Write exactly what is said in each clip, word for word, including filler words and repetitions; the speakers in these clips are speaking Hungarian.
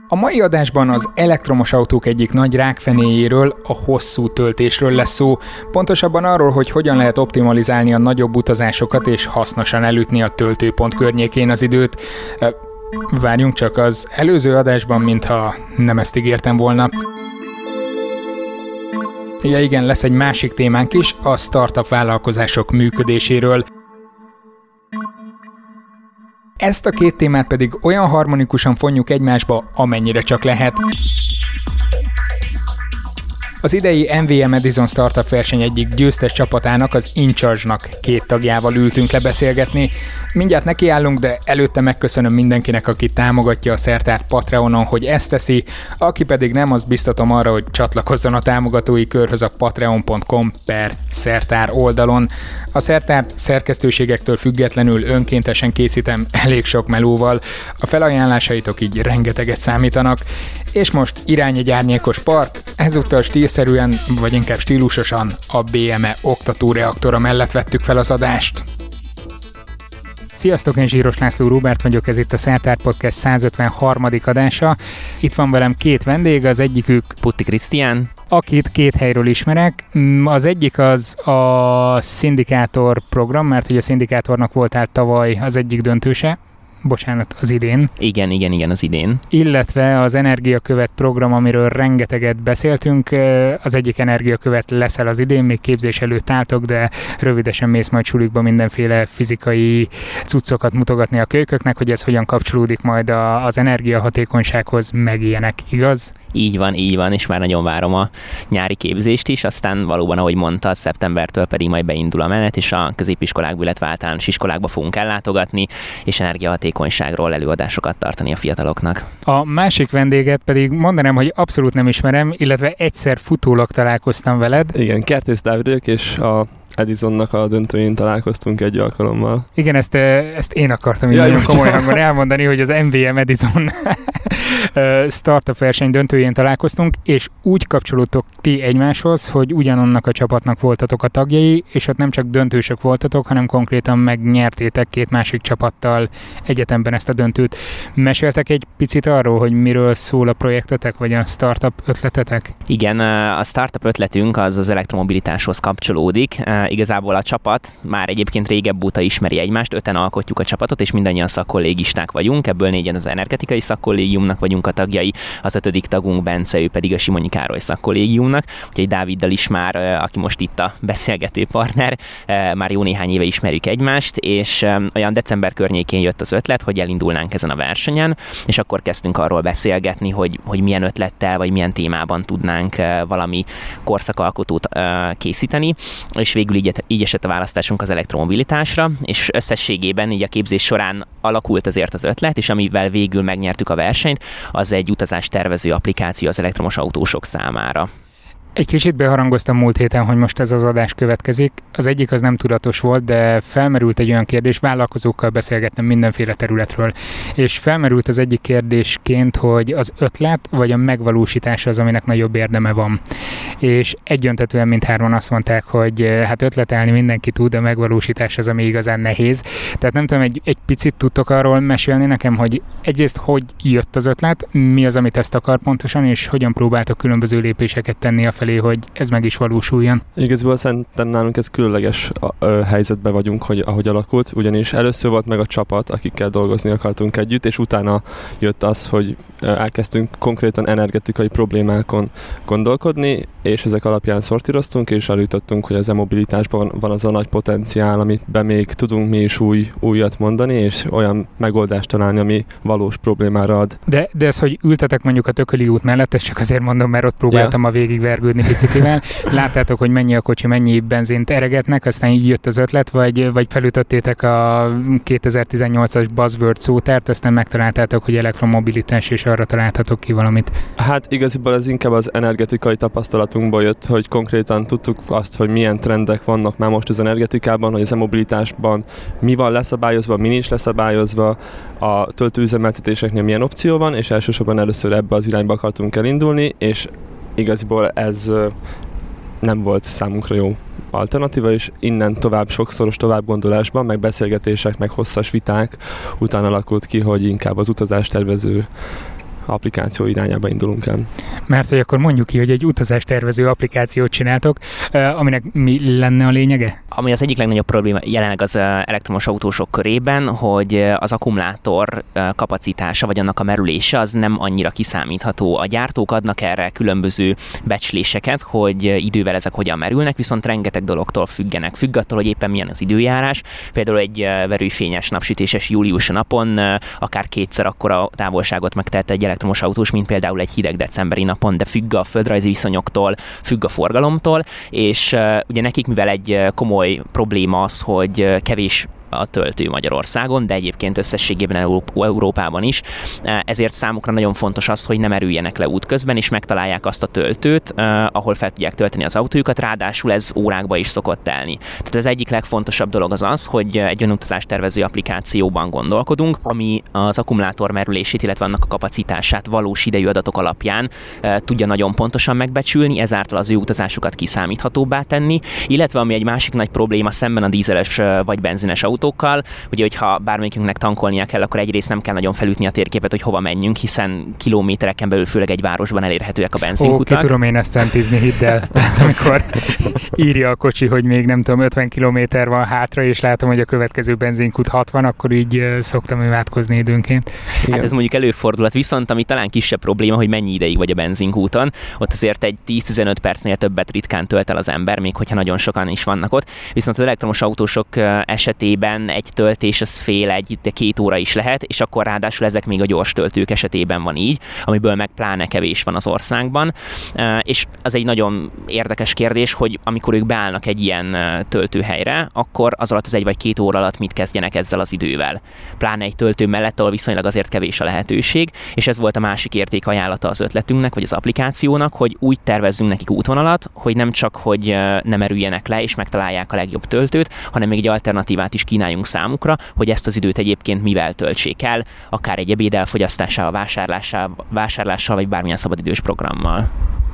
A mai adásban az elektromos autók egyik nagy rákfenéjéről, a hosszú töltésről lesz szó, pontosabban arról, hogy hogyan lehet optimalizálni a nagyobb utazásokat és hasznosan elütni a töltőpont környékén az időt. Várjunk csak, az előző adásban, mintha nem ezt ígértem volna. Ja igen, lesz egy másik témánk is, a startup vállalkozások működéséről. Ezt a két témát pedig olyan harmonikusan fonjuk egymásba, amennyire csak lehet. Az idei em vé em Edison Startup verseny egyik győztes csapatának, az InCharge-nak két tagjával ültünk le beszélgetni. Mindjárt nekiállunk, de előtte megköszönöm mindenkinek, aki támogatja a Szertárt Patreonon, hogy ezt teszi, aki pedig nem, azt biztatom arra, hogy csatlakozzon a támogatói körhöz a patreon pont com per Szertár oldalon. A Szertárt szerkesztőségektől függetlenül önkéntesen készítem elég sok melóval, a felajánlásaitok így rengeteget számítanak. És most irány egy árnyékos park, ezúttal stílszerűen, vagy inkább stílusosan a bé em e oktatóreaktora mellett vettük fel az adást. Sziasztok, én Zsíros László Róbert vagyok, ez itt a Szertár Podcast százötvenharmadik adása. Itt van velem két vendég, az egyikük Putti Krisztián, akit két helyről ismerek. Az egyik az a Szindikátor program, mert hogy a Szindikátornak voltál tavaly az egyik döntőse. Bocsánat, az idén. Igen, igen, igen, az idén. Illetve az Energiakövet program, amiről rengeteget beszéltünk. Az egyik Energiakövet leszel az idén, még képzés előtt álltok, de rövidesen mész majd sulikba mindenféle fizikai cuccokat mutogatni a kölyköknek, hogy ez hogyan kapcsolódik majd a, az energiahatékonysághoz, meg ilyenek, igaz? Így van, így van, és már nagyon várom a nyári képzést is, aztán valóban, ahogy mondtad, szeptembertől pedig majd beindul a menet, és a középiskolákba, illetve általános iskolákba fogunk ellátogatni, és energiahatékonyságról előadásokat tartani a fiataloknak. A másik vendéget pedig mondanám, hogy abszolút nem ismerem, illetve egyszer futólag találkoztam veled. Igen, Kertész Dávid vagyok, és a Edisonnak a döntőjén találkoztunk egy alkalommal. Igen, ezt, ezt én akartam így ja, nagyon komoly hangon elmondani, hogy az em vé em Edison startup verseny döntőjén találkoztunk, és úgy kapcsolódtok ti egymáshoz, hogy ugyanannak a csapatnak voltatok a tagjai, és ott nem csak döntősök voltatok, hanem konkrétan megnyertétek két másik csapattal egyetemben ezt a döntőt. Meséltek egy picit arról, hogy miről szól a projektetek, vagy a startup ötletetek? Igen, a startup ötletünk az az elektromobilitáshoz kapcsolódik. Igazából a csapat már egyébként régebb óta ismeri egymást, öten alkotjuk a csapatot, és mindannyian szakkollégisták vagyunk, ebből négyen az energetikai szakkollégiumnak vagyunk a tagjai, az ötödik tagunk Bence, ő pedig a Simonyi Károly szakkollégiumnak, úgyhogy Dáviddal is már, aki most itt a beszélgető partner, már jó néhány éve ismerjük egymást, és olyan december környékén jött az ötlet, hogy elindulnánk ezen a versenyen, és akkor kezdtünk arról beszélgetni, hogy, hogy milyen ötlettel, vagy milyen témában tudnánk valami korszakalkotót készíteni, és végül így, így esett a választásunk az elektromobilitásra, és összességében így a képzés során alakult azért az ötlet, és amivel végül megnyertük a versenyt, az egy utazástervező applikáció az elektromos autósok számára. Egy kicsit beharangoztam múlt héten, hogy most ez az adás következik. Az egyik az nem tudatos volt, de felmerült egy olyan kérdés, vállalkozókkal beszélgettem mindenféle területről, és felmerült az egyik kérdésként, hogy az ötlet vagy a megvalósítás az, aminek nagyobb érdeme van. És egyöntetően mindhárman azt mondták, hogy hát ötletelni mindenki tud, a megvalósítás az, ami igazán nehéz. Tehát nem tudom, egy, egy picit tudtok arról mesélni nekem, hogy egyrészt hogy jött az ötlet, mi az, amit ezt akar pontosan, és hogyan próbáltok különböző lépéseket tenni a felé, hogy ez meg is valósuljon. Igazából szerintem nálunk ez különleges helyzetben vagyunk, hogy ahogy alakult, ugyanis először volt meg a csapat, akikkel dolgozni akartunk együtt, és utána jött az, hogy elkezdtünk konkrétan energetikai problémákon gondolkodni, és ezek alapján szortíroztunk, és eljutottunk, hogy az e-mobilitásban van az a nagy potenciál, amiben még tudunk mi is új, újat mondani, és olyan megoldást találni, ami valós problémára ad. De, de ez, hogy ültetek mondjuk a Tököli út mellett, ezt csak azért mondom, mert ott próbáltam ja. a végigvergődni biciklivel. Láttátok, hogy mennyi a kocsi, mennyi benzint eregetnek, aztán így jött az ötlet, vagy, vagy felütöttétek a kétezer-tizennyolcas buzzword szótárt, aztán megtaláltátok, hogy elektromobilitás, és arra találtatok ki valamit. Hát igazából ez inkább az energetikai tapasztalatunkból jött, hogy konkrétan tudtuk azt, hogy milyen trendek vannak már most az energetikában, hogy az e-mobilitásban mi van leszabályozva, mi nincs leszabályozva, a töltőüzemeltetéseknél milyen opció van, és elsősorban először ebbe az irányba akartunk elindulni, és igaziból ez nem volt számunkra jó alternatíva, és innen tovább sokszoros tovább gondolásban, meg beszélgetések, meg hosszas viták után alakult ki, hogy inkább az utazástervező applikáció irányába indulunk el. Mert hogy akkor mondjuk ki, hogy egy utazástervező applikációt csináltok, aminek mi lenne a lényege? Ami az egyik legnagyobb probléma jelenleg az elektromos autósok körében, hogy az akkumulátor kapacitása vagy annak a merülése az nem annyira kiszámítható. A gyártók adnak erre különböző becsléseket, hogy idővel ezek hogyan merülnek, viszont rengeteg dologtól függenek. Függ attól, hogy éppen milyen az időjárás. Például egy verőfényes, napsütéses július napon akár kétszer akkora távolságot megtehet egy elektromos autós, mint például egy hideg decemberi napon, de függ a földrajzi viszonyoktól, függ a forgalomtól, és ugye nekik, mivel egy komoly probléma az, hogy kevés a töltő Magyarországon, de egyébként összességében Európában is. Ezért számukra nagyon fontos az, hogy nem erüljenek le útközben, és megtalálják azt a töltőt, ahol fel tudják tölteni az autójukat, ráadásul ez órákba is szokott telni. Tehát az egyik legfontosabb dolog az az, hogy egy olyan utazástervező applikációban gondolkodunk, ami az akkumulátor merülését, illetve annak a kapacitását valós idejű adatok alapján tudja nagyon pontosan megbecsülni, ezáltal az ő utazásukat kiszámíthatóbbá tenni, illetve ami egy másik nagy probléma szemben a dízeles vagy benzines autó, autókkal, ugye, hogyha bármelyikünknek tankolnia kell, akkor egyrészt nem kell nagyon felütni a térképet, hogy hova menjünk, hiszen kilométereken belül főleg egy városban elérhetőek a benzinkutak. Ó, ki tudom én ezt centizni, hidd el. Tehát amikor írja a kocsi, hogy még nem tudom, ötven kilométer van hátra, és látom, hogy a következő benzinkút hatvan, akkor így szoktam imádkozni időnként. Hát igen. Ez mondjuk előfordulhat, viszont ami talán kisebb probléma, hogy mennyi ideig vagy a benzinkúton. Ott azért egy tíz-tizenöt percnél többet ritkán tölt el az ember, még hogyha nagyon sokan is vannak ott. Viszont az elektromos autósok esetében egy töltés az fél egy, de két óra is lehet, és akkor ráadásul ezek még a gyors töltők esetében van így, amiből meg pláne kevés van az országban. És az egy nagyon érdekes kérdés, hogy amikor ők beállnak egy ilyen töltőhelyre, akkor az alatt az egy vagy két óra alatt mit kezdjenek ezzel az idővel. Pláne egy töltő mellett, ahol viszonylag azért kevés a lehetőség, és ez volt a másik értékajánlata az ötletünknek, vagy az applikációnak, hogy úgy tervezzünk nekik útvonalat, hogy nem csak, hogy nem erüljenek le és megtalálják a legjobb töltőt, hanem még egy alternatívát is kínáljunk számukra, hogy ezt az időt egyébként mivel töltsék el, akár egy ebéd elfogyasztásával, vásárlással, vásárlással, vagy bármilyen szabadidős programmal.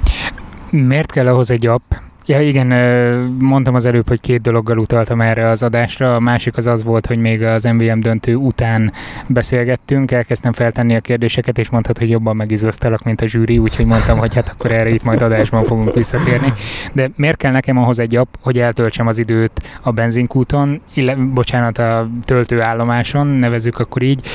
Miért kell ahhoz egy app? Ja igen, mondtam az előbb, hogy két dologgal utaltam erre az adásra. A másik az az volt, hogy még az em vé em döntő után beszélgettünk, elkezdtem feltenni a kérdéseket, és mondtad, hogy jobban megizzasztalak, mint a zsűri, úgyhogy mondtam, hogy hát akkor erre itt majd adásban fogunk visszatérni. De miért kell nekem ahhoz egy app, hogy eltöltsem az időt a benzinkúton, ille, bocsánat, a töltőállomáson, nevezzük akkor így.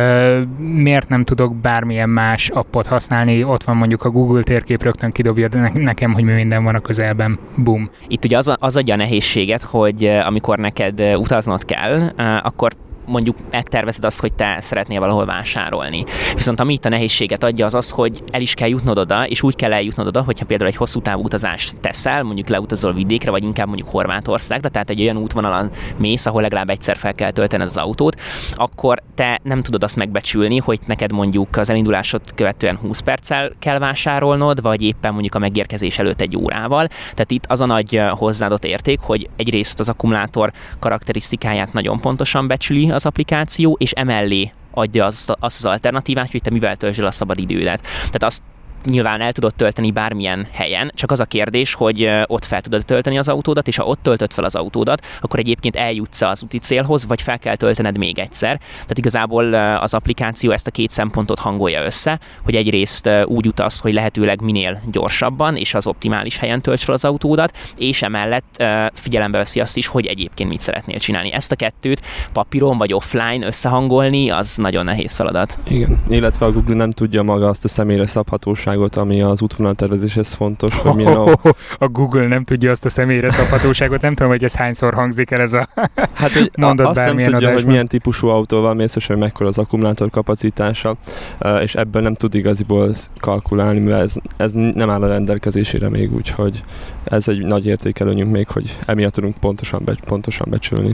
Miért nem tudok bármilyen más appot használni? Ott van mondjuk a Google térkép, rögtön kidobja nekem, hogy mi minden van a közelben. Bum. Itt ugye az, az adja a nehézséget, hogy amikor neked utaznod kell, akkor mondjuk megtervezed azt, hogy te szeretnél valahol vásárolni. Viszont ami itt a nehézséget adja, az az, hogy el is kell jutnod oda, és úgy kell eljutnod oda, hogyha például egy hosszú távú utazást teszel, mondjuk leutazol vidékre, vagy inkább mondjuk Horvátországra, tehát egy olyan útvonalon mész, ahol legalább egyszer fel kell töltened az autót, akkor te nem tudod azt megbecsülni, hogy neked mondjuk az elindulásod követően húsz perccel kell vásárolnod, vagy éppen mondjuk a megérkezés előtt egy órával. Tehát itt az a nagy hozzáadott érték, hogy egyrészt az akkumulátor karakterisztikáját nagyon pontosan becsüli az applikáció, és emellé adja azt, azt az alternatívát, hogy te mivel töltsd el a szabad idődet. Tehát azt nyilván el tudod tölteni bármilyen helyen, csak az a kérdés, hogy ott fel tudod tölteni az autódat, és ha ott töltöd fel az autódat, akkor egyébként eljutsz az úti célhoz, vagy fel kell töltened még egyszer. Tehát igazából az applikáció ezt a két szempontot hangolja össze, hogy egyrészt úgy utaz, hogy lehetőleg minél gyorsabban, és az optimális helyen tölts fel az autódat, és emellett figyelembe veszi azt is, hogy egyébként mit szeretnél csinálni. Ezt a kettőt papíron vagy offline összehangolni, az nagyon nehéz feladat. Igen, illetve a Google nem tudja maga azt a személyre szabhatóságot, ami az útvonaltervezéshez fontos, hogy milyen a... a Google nem tudja azt a személyre szabhatóságot, nem tudom, hogy ez hányszor hangzik el ez a hát, hogy mondat azt nem tudja, adásban. Hogy milyen típusú autóval mész, és hogy mekkora az akkumulátor kapacitása, és ebből nem tud igaziból kalkulálni, mivel ez, ez nem áll a rendelkezésére még, úgyhogy ez egy nagy értékelőnyünk még, hogy emiatt tudunk pontosan, be, pontosan becsülni.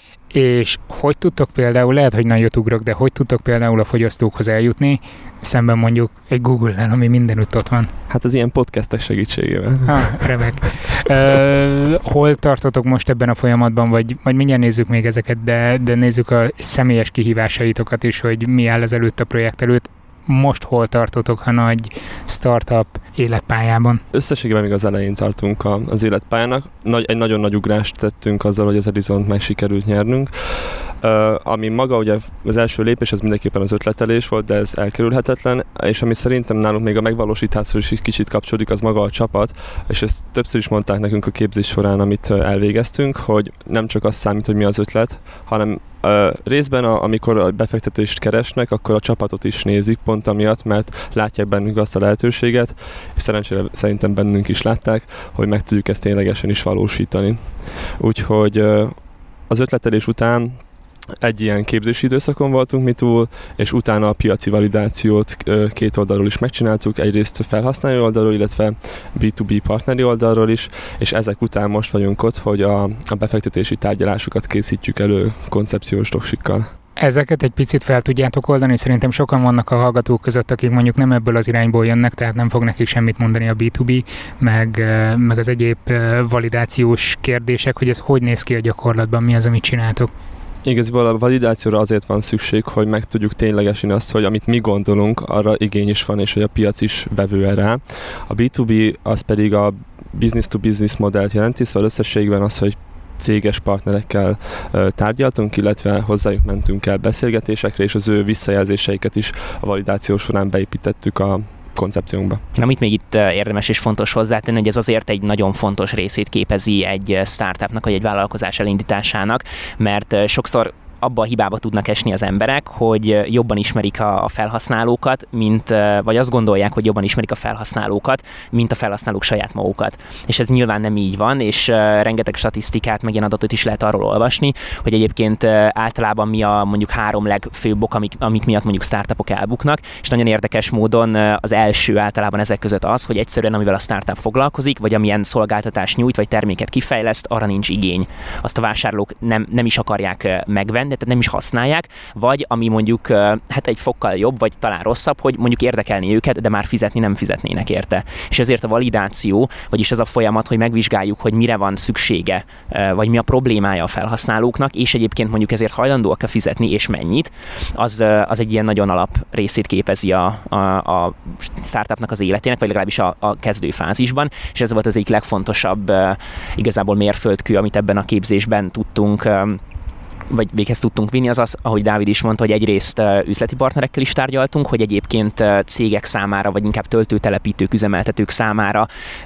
És hogy tudtok például, lehet, hogy nagyot ugrok, de hogy tudtok például a fogyasztókhoz eljutni, szemben mondjuk egy Google-nel, ami mindenütt ott van? Hát az ilyen podcastek segítségével. Ah, remek. Uh, hol tartotok most ebben a folyamatban, vagy, vagy mindjárt nézzük még ezeket, de, de nézzük a személyes kihívásaitokat is, hogy mi áll ezelőtt a projekt előtt. Most hol tartotok a nagy startup életpályában? Összességében még az elején tartunk az életpályának. Nagy, egy nagyon nagy ugrást tettünk azzal, hogy az Edisont meg sikerült nyernünk. Ami maga ugye az első lépés, az mindenképpen az ötletelés volt, de ez elkerülhetetlen, és ami szerintem nálunk még a megvalósításhoz is kicsit kapcsolódik, az maga a csapat, és ezt többször is mondták nekünk a képzés során, amit elvégeztünk, hogy nem csak az számít, hogy mi az ötlet, hanem Uh, részben, a, amikor a befektetést keresnek, akkor a csapatot is nézik pont amiatt, mert látják bennünk azt a lehetőséget, és szerencsére szerintem bennünk is látták, hogy meg tudjuk ezt ténylegesen is valósítani. Úgyhogy uh, az ötletelés után egy ilyen képzési időszakon voltunk mi túl, és utána a piaci validációt két oldalról is megcsináltuk, egyrészt felhasználói oldalról, illetve bé kettő bé partneri oldalról is, és ezek után most vagyunk ott, hogy a, a befektetési tárgyalásokat készítjük elő koncepciós doksikkal. Ezeket egy picit fel tudjátok oldani? Szerintem sokan vannak a hallgatók között, akik mondjuk nem ebből az irányból jönnek, tehát nem fog nekik semmit mondani a bé kettő bé, meg, meg az egyéb validációs kérdések, hogy ez hogy néz ki a gyakorlatban, mi az, amit csináltok? Igazából a validációra azért van szükség, hogy meg tudjuk ténylegesen azt, hogy amit mi gondolunk, arra igény is van, és hogy a piac is vevő rá. A bé kettő bé az pedig a business-to-business modellt jelenti, szóval összességben az, hogy céges partnerekkel tárgyaltunk, illetve hozzájuk mentünk el beszélgetésekre, és az ő visszajelzéseiket is a validáció során beépítettük a koncepciónkba. Amit még itt érdemes és fontos hozzátenni, hogy ez azért egy nagyon fontos részét képezi egy startupnak, vagy egy vállalkozás elindításának, mert sokszor abba a hibába tudnak esni az emberek, hogy jobban ismerik a felhasználókat, mint, vagy azt gondolják, hogy jobban ismerik a felhasználókat, mint a felhasználók saját magukat. És ez nyilván nem így van, és rengeteg statisztikát, meg ilyen adatot is lehet arról olvasni, hogy egyébként általában mi a mondjuk három legfőbb ok, amik, amik miatt mondjuk startupok elbuknak, és nagyon érdekes módon az első általában ezek között az, hogy egyszerűen amivel a startup foglalkozik, vagy amilyen szolgáltatást nyújt, vagy terméket kifejleszt, arra nincs igény. Azt a vásárlók nem, nem is akarják megvenni, tehát nem is használják, vagy ami mondjuk hát egy fokkal jobb, vagy talán rosszabb, hogy mondjuk érdekelni őket, de már fizetni nem fizetnének érte. És ezért a validáció, vagyis ez a folyamat, hogy megvizsgáljuk, hogy mire van szüksége, vagy mi a problémája a felhasználóknak, és egyébként mondjuk ezért hajlandóak-e fizetni, és mennyit, az, az egy ilyen nagyon alap részét képezi a, a, a startupnak az életének, vagy legalábbis a, a kezdő fázisban, és ez volt az egyik legfontosabb igazából mérföldkő, amit ebben a képzésben tudtunk vagy véghez tudtunk vinni, az az, ahogy Dávid is mondta, hogy egyrészt üzleti partnerekkel is tárgyaltunk, hogy egyébként cégek számára, vagy inkább töltőtelepítők, üzemeltetők számára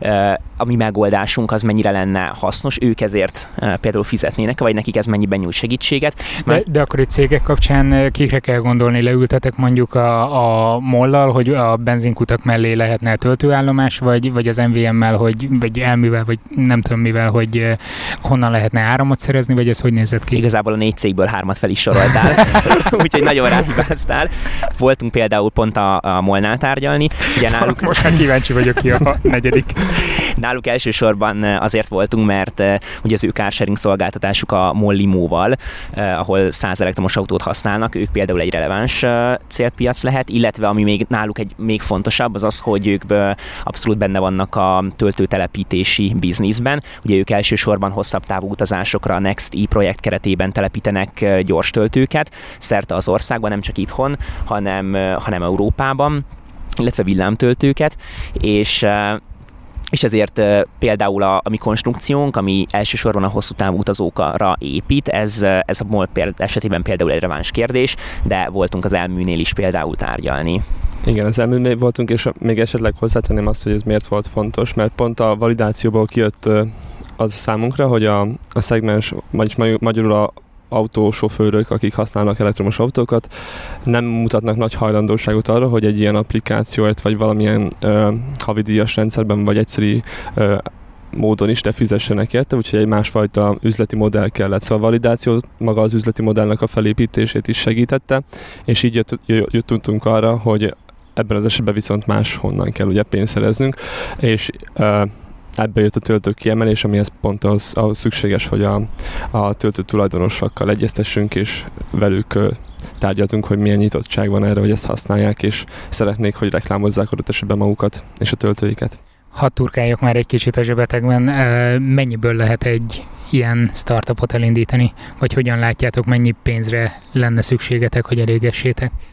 a mi megoldásunk az mennyire lenne hasznos, ők ezért például fizetnének, vagy nekik ez mennyiben nyújt segítséget. De, de akkor itt cégek kapcsán kikre kell gondolni, leültetek mondjuk a, a mollal, hogy a benzinkutak mellé lehetne töltőállomás, vagy, vagy az em vé em-mel, hogy, vagy elművel, vagy nem tudom mivel, hogy honnan lehetne áramot szerezni, vagy ez hogy nézett ki? Igazából a négy cégből hármat fel is soroltál, úgyhogy nagyon ráhibáztál. Voltunk például pont a, a Molnál tárgyalni. Ugye náluk... Most már kíváncsi vagyok ki a negyedik. Náluk elsősorban azért voltunk, mert uh, ugye az ő carsharing szolgáltatásuk a MOL Limóval, uh, ahol száz elektromos autót használnak, ők például egy releváns uh, célpiac lehet, illetve ami még náluk egy még fontosabb, az az, hogy ők uh, abszolút benne vannak a töltőtelepítési bizniszben. Ugye ők elsősorban hosszabb távú utazásokra a Next E projekt keretében telepítenek uh, gyors töltőket szerte az országban, nem csak itthon, hanem, uh, hanem Európában, illetve villámtöltőket, és uh, és ezért uh, például a, a mi konstrukciónk, ami elsősorban a hosszú távú utazókra épít, ez, ez a MOL esetében például egy releváns kérdés, de voltunk az Elműnél is például tárgyalni. Igen, az Elműnél voltunk, és még esetleg hozzátenném azt, hogy ez miért volt fontos, mert pont a validációból kijött uh, az számunkra, hogy a, a szegmens, vagyis magyarul a autósofőrök, akik használnak elektromos autókat, nem mutatnak nagy hajlandóságot arra, hogy egy ilyen applikációt, vagy valamilyen uh, havidíjas rendszerben, vagy egyszerű uh, módon is ne fizessenek érte, úgyhogy egy másfajta üzleti modell kellett. Szóval a validáció maga az üzleti modellnek a felépítését is segítette, és így jött, jöttünk arra, hogy ebben az esetben viszont máshonnan kell ugye pénzt szereznünk, és uh, ebből jött a töltő kiemelés, amihez pont az, ahhoz szükséges, hogy a, a töltő tulajdonosokkal egyeztessünk, és velük uh, tárgyaltunk, hogy milyen nyitottság van erre, hogy ezt használják, és szeretnék, hogy reklámozzák adott esetben magukat és a töltőiket. Hadd turkáljak már egy kicsit a zsebetekben, mennyiből lehet egy ilyen startupot elindítani, vagy hogyan látjátok, mennyi pénzre lenne szükségetek, hogy elégessétek?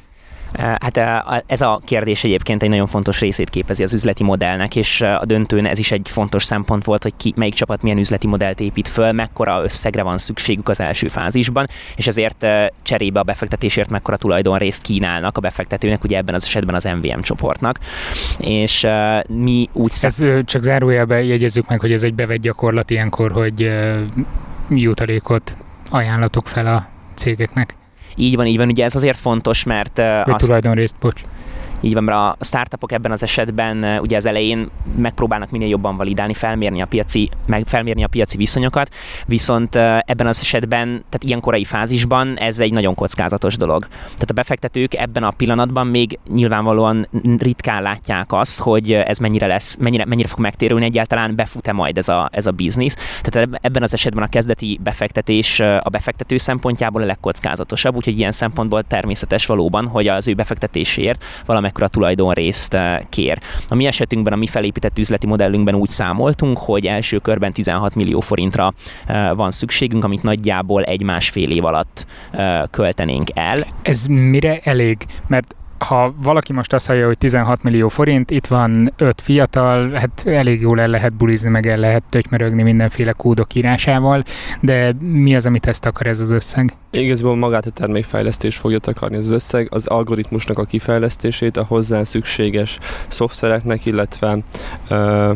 Hát ez a kérdés egyébként egy nagyon fontos részét képezi az üzleti modellnek, és a döntőn ez is egy fontos szempont volt, hogy ki, melyik csapat milyen üzleti modellt épít föl, mekkora összegre van szükségük az első fázisban, és ezért cserébe a befektetésért mekkora tulajdonrészt kínálnak a befektetőnek, ugye ebben az esetben az em vé em csoportnak. És mi úgy... Ez szem... csak zárójelben jegyezzük meg, hogy ez egy bevett gyakorlat ilyenkor, hogy jutalékot ajánlatok fel a cégeknek. Így van, így van. Ugye ez azért fontos, mert... Vagy azt... tulajdonrészt, bocs. Így van, mert a startupok ebben az esetben ugye az elején megpróbálnak minél jobban validálni, felmérni a piaci, meg felmérni a piaci viszonyokat, viszont ebben az esetben, tehát ilyen korai fázisban ez egy nagyon kockázatos dolog. Tehát a befektetők ebben a pillanatban még nyilvánvalóan ritkán látják azt, hogy ez mennyire lesz, mennyire, mennyire fog megtérülni, egyáltalán befut-e majd ez a, ez a biznisz. Tehát ebben az esetben a kezdeti befektetés a befektető szempontjából a legkockázatosabb, úgyhogy ilyen szempontból természetes valóban, hogy az ő befektetéséért valami mekkora tulajdonrészt kér. A mi esetünkben, a mi felépített üzleti modellünkben úgy számoltunk, hogy első körben tizenhat millió forintra van szükségünk, amit nagyjából egy-másfél év alatt költenénk el. Ez mire elég? Mert ha valaki most azt hallja, hogy tizenhat millió forint, itt van öt fiatal, hát elég jól el lehet bulizni, meg el lehet tötymörögni mindenféle kódok írásával, de mi az, amit ezt akar ez az összeg? Igazából magát a termékfejlesztés fogja takarni az összeg, az algoritmusnak a kifejlesztését, a hozzá szükséges szoftvereknek, illetve uh,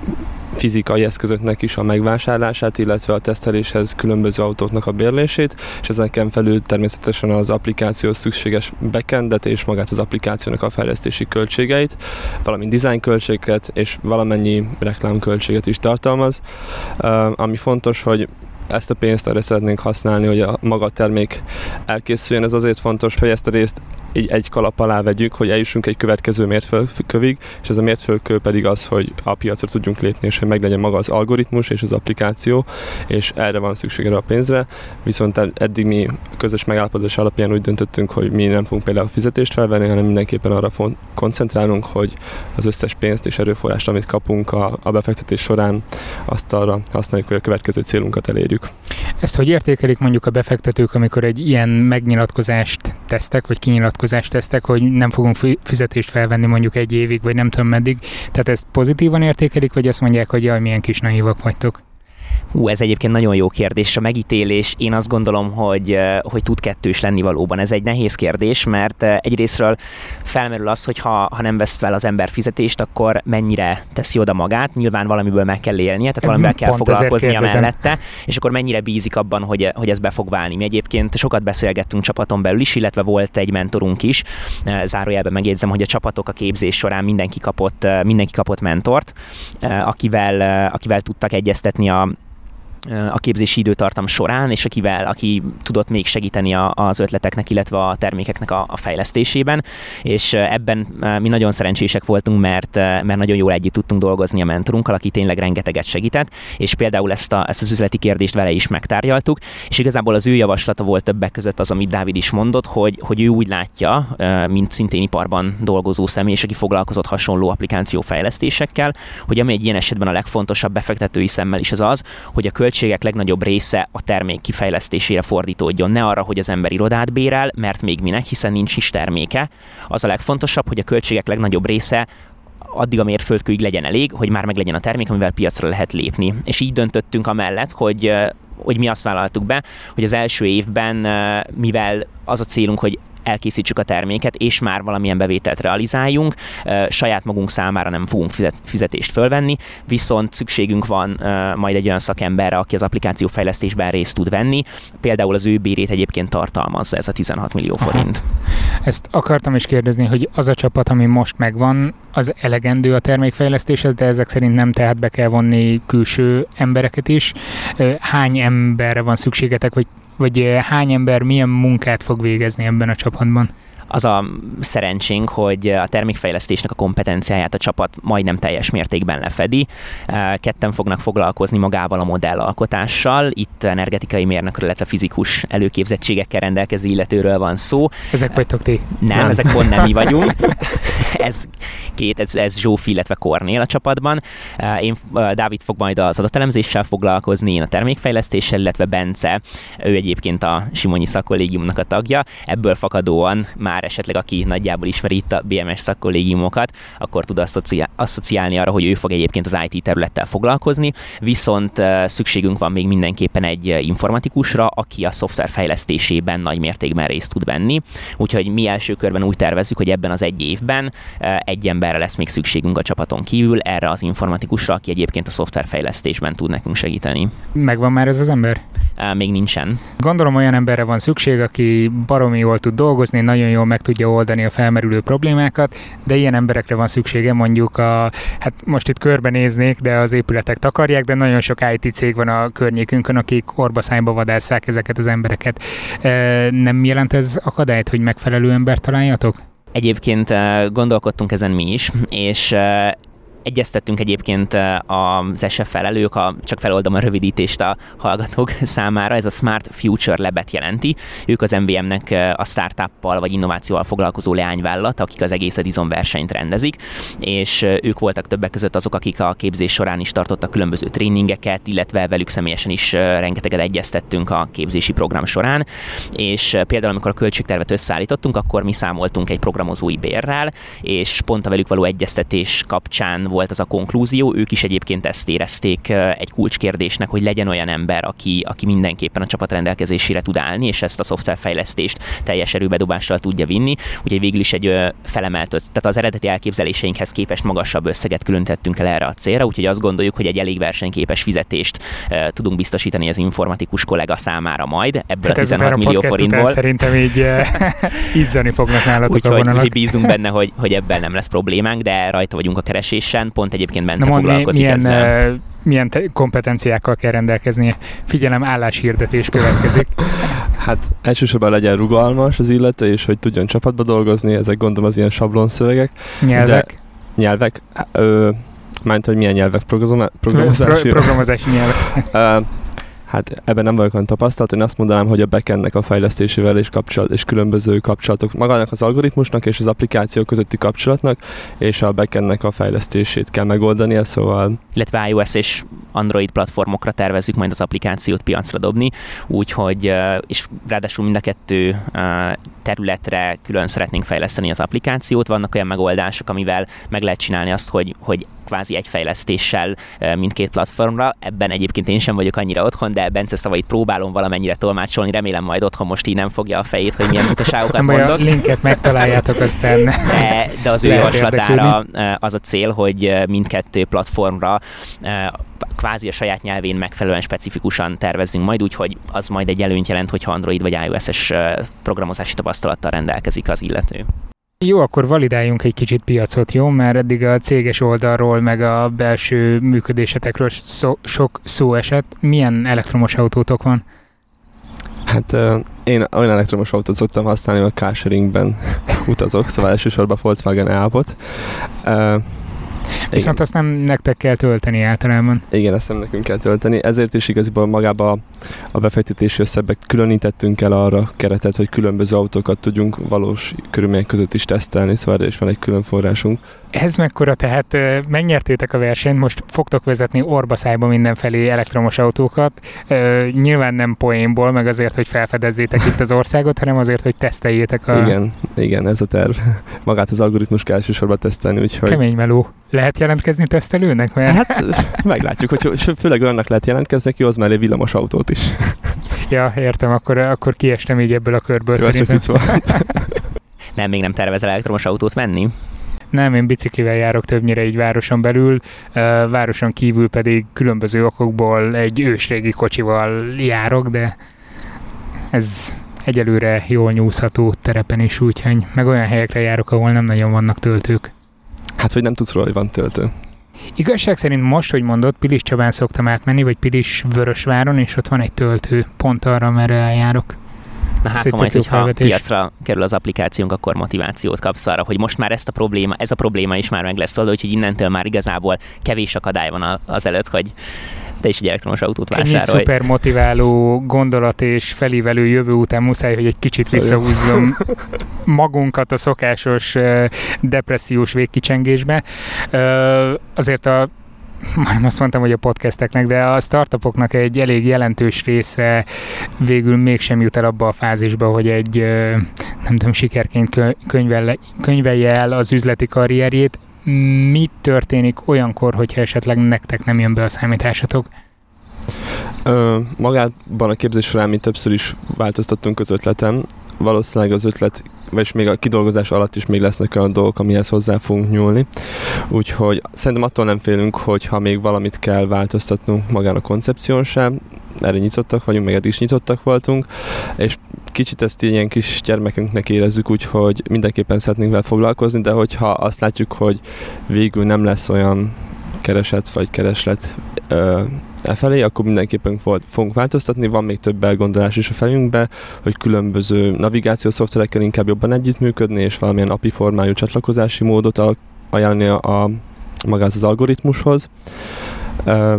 fizikai eszközöknek is a megvásárlását, illetve a teszteléshez különböző autóknak a bérlését, és ezeken felül természetesen az applikációhoz szükséges backendet és magát az applikációnak a fejlesztési költségeit, valamint design költségeket és valamennyi reklámköltséget is tartalmaz. Uh, ami fontos, hogy ezt a pénzt arra szeretnénk használni, hogy a maga termék elkészüljön. Ez azért fontos, hogy ezt a részt így egy kalap alá vegyük, hogy eljussunk egy következő mértföldkövig, és ez a mértföldkő pedig az, hogy a piacra tudjunk lépni, és hogy meglegyen maga az algoritmus és az applikáció, és erre van szükség erre a pénzre. Viszont eddig mi közös megállapodás alapján úgy döntöttünk, hogy mi nem fogunk például fizetést felvenni, hanem mindenképpen arra koncentrálunk, hogy az összes pénzt és erőforrást, amit kapunk a, a befektetés során, azt arra használjuk, hogy a következő célunkat elérjük. Ezt hogy értékelik mondjuk a befektetők, amikor egy ilyen megnyilatkozást tesztek, vagy kinyilatkozást tesztek, hogy nem fogunk fizetést felvenni mondjuk egy évig, vagy nem tudom meddig. Tehát ezt pozitívan értékelik, vagy azt mondják, hogy jaj, milyen kis naívak vagytok? Hú, ez egyébként nagyon jó kérdés. A megítélés, én azt gondolom, hogy, hogy tud kettős lenni valóban. Ez egy nehéz kérdés, mert egyrészről felmerül az, hogy ha, ha nem vesz fel az ember fizetést, akkor mennyire teszi oda magát. Nyilván valamiből meg kell élnie, tehát valamivel kell Pont foglalkoznia mellette, és akkor mennyire bízik abban, hogy, hogy ez be fog válni. Mi egyébként sokat beszélgettünk csapaton belül is, illetve volt egy mentorunk is. Zárójelben megjegyzem, hogy a csapatok a képzés során mindenki kapott, mindenki kapott mentort, akivel, akivel tudtak egyeztetni a a képzési időtartam során, és akivel, aki tudott még segíteni a, az ötleteknek, illetve a termékeknek a, a fejlesztésében, és ebben mi nagyon szerencsések voltunk, mert, mert nagyon jól együtt tudtunk dolgozni a mentorunkkal, aki tényleg rengeteget segített, és például ezt, a, ezt az üzleti kérdést vele is megtárgyaltuk, és igazából az ő javaslata volt többek között az, amit Dávid is mondott, hogy, hogy ő úgy látja, mint szintén iparban dolgozó személy, és aki foglalkozott hasonló applikációfejlesztésekkel, hogy ami egy ilyen esetben a legfontosabb befektetői szemmel is az az, hogy a költségek legnagyobb része a termék kifejlesztésére fordítódjon. Ne arra, hogy az ember irodát bérel, mert még minek, hiszen nincs is terméke. Az a legfontosabb, hogy a költségek legnagyobb része addig a mérföldkőig legyen elég, hogy már meg legyen a termék, amivel piacra lehet lépni. És így döntöttünk amellett, hogy, hogy mi azt vállaltuk be, hogy az első évben, mivel az a célunk, hogy elkészítsük a terméket, és már valamilyen bevételt realizáljunk. Saját magunk számára nem fogunk fizetést fölvenni, viszont szükségünk van majd egy olyan szakemberre, aki az applikációfejlesztésben részt tud venni. Például az ő bérét egyébként tartalmazza ez a tizenhat millió forint. Aha. Ezt akartam is kérdezni, hogy az a csapat, ami most megvan, az elegendő a termékfejlesztéshez, de ezek szerint nem, tehát be kell vonni külső embereket is. Hány emberre van szükségetek, vagy vagy hány ember milyen munkát fog végezni ebben a csapatban? Az a szerencsénk, hogy a termékfejlesztésnek a kompetenciáját a csapat majdnem teljes mértékben lefedi. Ketten fognak foglalkozni magával a modellalkotással. Itt energetikai mérnökről, illetve fizikus előképzettségekkel rendelkező illetőről van szó. Ezek vagytok ti? Nem, nem. Ezek pont nem mi vagyunk. Ez két, ez, ez Zsófi, illetve Kornél a csapatban. Én, Dávid fog majd az adatelemzéssel foglalkozni, én a termékfejlesztéssel, illetve Bence, ő egyébként a Simonyi Szakkollégiumnak a tagja. Ebből fakadóan már esetleg aki nagyjából ismeri itt a bé em es szakkollégiumokat, akkor tud asszociál, asszociálni arra, hogy ő fog egyébként az i té területtel foglalkozni, viszont szükségünk van még mindenképpen egy informatikusra, aki a szoftver fejlesztésében nagy mértékben részt tud venni. Úgyhogy mi első körben úgy tervezzük, hogy ebben az egy évben egy emberre lesz még szükségünk a csapaton kívül, erre az informatikusra, aki egyébként a szoftverfejlesztésben tud nekünk segíteni. Megvan már ez az ember? Még nincsen. Gondolom olyan emberre van szükség, aki baromi jól tud dolgozni, nagyon jól meg tudja oldani a felmerülő problémákat, de ilyen emberekre van szüksége, mondjuk a, hát most itt körbenéznék, de az épületek takarják, de nagyon sok i té cég van a környékünkön, akik orbaszájba vadásszák ezeket az embereket. Nem jelent ez akadályt, hogy megfelelő embert találjatok? Egyébként gondolkodtunk ezen mi is, és egyeztettünk egyébként az es ef-fel elő, a, csak feloldom a rövidítést a hallgatók számára, ez a Smart Future Lab-et jelenti. Ők az em vé em-nek a startuppal vagy innovációval foglalkozó leányvállalat, akik az egész Edison versenyt rendezik, és ők voltak többek között azok, akik a képzés során is tartottak különböző tréningeket, illetve velük személyesen is rengeteget egyeztettünk a képzési program során, és például amikor a költségtervet összeállítottunk, akkor mi számoltunk egy programozói bérrel, és pont a velük való egyeztetés kapcsán volt az a konklúzió, ők is egyébként ezt érezték egy kulcskérdésnek, hogy legyen olyan ember, aki, aki mindenképpen a csapat rendelkezésére tud állni, és ezt a szoftverfejlesztést teljes erőbedobással tudja vinni. Úgyhogy végül is egy felemelt, tehát az eredeti elképzeléseinkhez képest magasabb összeget különítettünk el erre a célra, úgyhogy azt gondoljuk, hogy egy elég versenyképes fizetést uh, tudunk biztosítani az informatikus kollega számára majd ebből hát a tizenhat millió forintból. Szerintem így izzani fognak nálatok úgyhogy, a vonalak. Úgyhogy bízunk benne, hogy, hogy ebben nem lesz problémánk, de rajta vagyunk a keresésen. Pont egyébként Bence foglalkozik milyen, ezzel. Milyen te- kompetenciákkal kell rendelkeznie? Figyelem, álláshirdetés következik. Hát elsősorban legyen rugalmas az illető, és hogy tudjon csapatba dolgozni, ezek gondolom az ilyen sablonszövegek. Nyelvek? De nyelvek? Ö, Mánt, hogy milyen nyelvek? Programozási? Pro- programozási nyelvek. Ö, Hát ebben nem vagyok olyan tapasztalt, én azt mondanám, hogy a backendnek a fejlesztésével és, kapcsolat, és különböző kapcsolatok, magának az algoritmusnak és az applikáció közötti kapcsolatnak, és a backendnek a fejlesztését kell megoldania, szóval... Illetve iOS és Android platformokra tervezzük majd az applikációt piacra dobni, úgyhogy, és ráadásul mind a kettő területre külön szeretnénk fejleszteni az applikációt. Vannak olyan megoldások, amivel meg lehet csinálni azt, hogy, hogy kvázi egy fejlesztéssel mindkét platformra. Ebben egyébként én sem vagyok annyira otthon, de Bence szavait próbálom valamennyire tolmácsolni. Remélem majd otthon most így nem fogja a fejét, hogy milyen butaságokat mondok. A linket megtaláljátok aztán. De, de az ő javaslatára az a cél, hogy mindkettő platformra kvázi a saját nyelvén megfelelően specifikusan tervezzünk majd, úgyhogy az majd egy előnyt jelent, hogyha Android vagy iOS-es programozási tapasztalattal rendelkezik az illető. Jó, akkor validáljunk egy kicsit piacot, jó? Mert eddig a céges oldalról, meg a belső működésetekről szó, sok szó esett. Milyen elektromos autótok van? Hát uh, én olyan elektromos autót szoktam használni, hogy a carsharingben utazok, szóval elsősorban Volkswagen e-Apot. Uh, Viszont igen. Azt nem nektek kell tölteni általában. Igen, ezt nem nekünk kell tölteni. Ezért is igaziból magába a befektetési összegbe különítettünk el arra keretet, hogy különböző autókat tudjunk valós körülmények között is tesztelni, szóval erre is van egy külön forrásunk. Ez mekkora, tehát megnyertétek a versenyt, most fogtok vezetni orbaszájba mindenfelé elektromos autókat. Nyilván nem poénból, meg azért, hogy felfedezzétek itt az országot, hanem azért, hogy teszteljétek a... Igen, igen, ez a terv. Magát az algoritmus kell elsősorban tesztelni, úgyhogy... Kemény meló. Lehet jelentkezni tesztelőnek? Mert... Hát meglátjuk, hogy főleg olyannak lehet jelentkezni, aki hoz mellé villamos autót is. Ja, értem, akkor, akkor kiestem így ebből a körből. Jó, szerintem. Nem, még nem tervezel elektromos autót venni? Nem, én biciklivel járok többnyire így városon belül, városon kívül pedig különböző okokból egy ősrégi kocsival járok, de ez egyelőre jól nyújtható terepen is, úgyhogy meg olyan helyekre járok, ahol nem nagyon vannak töltők. Hát, hogy nem tudsz róla, hogy van töltő. Igazság szerint most, hogy mondod, Pilis Csabán szoktam átmenni, vagy Pilis Vörösváron, és ott van egy töltő, pont arra, merre eljárok. Na hát, ha majd, hogyha felvetés. Piacra kerül az applikációnk, akkor motivációt kapsz arra, hogy most már ezt a probléma, ez a probléma is már meg lesz oldva, úgyhogy innentől már igazából kevés akadály van az előtt, hogy te is egy elektromos autót vásárolj. Ennyi szuper motiváló gondolat és felívelő jövő után muszáj, hogy egy kicsit visszahúzzom magunkat a szokásos depressziós végkicsengésbe. Azért a már azt mondtam, hogy a podcasteknek, de a startupoknak egy elég jelentős része végül mégsem jut el abba a fázisba, hogy egy nem tudom, sikerként könyvelje, könyvelje el az üzleti karrierjét. Mi történik olyankor, hogyha esetleg nektek nem jön be a számításatok? Ö, magában a képzés során mi többször is változtattunk az ötleten. Valószínűleg az ötlet, vagy még a kidolgozás alatt is még lesznek olyan dolgok, amihez hozzá fogunk nyúlni. Úgyhogy szerintem attól nem félünk, hogyha még valamit kell változtatnunk magán a koncepción sem. Erre nyitottak vagyunk, meg eddig is nyitottak voltunk, és kicsit ezt ilyen kis gyermekünknek érezzük, úgyhogy mindenképpen szeretnénk vele foglalkozni, de hogyha azt látjuk, hogy végül nem lesz olyan kereset vagy kereslet ö, e felé, akkor mindenképpen fogunk változtatni. Van még több elgondolás is a fejünkbe, hogy különböző navigációs szoftverekkel inkább jobban együttműködni, és valamilyen á pé i formájú csatlakozási módot ajánlani a, a magához az algoritmushoz. Uh,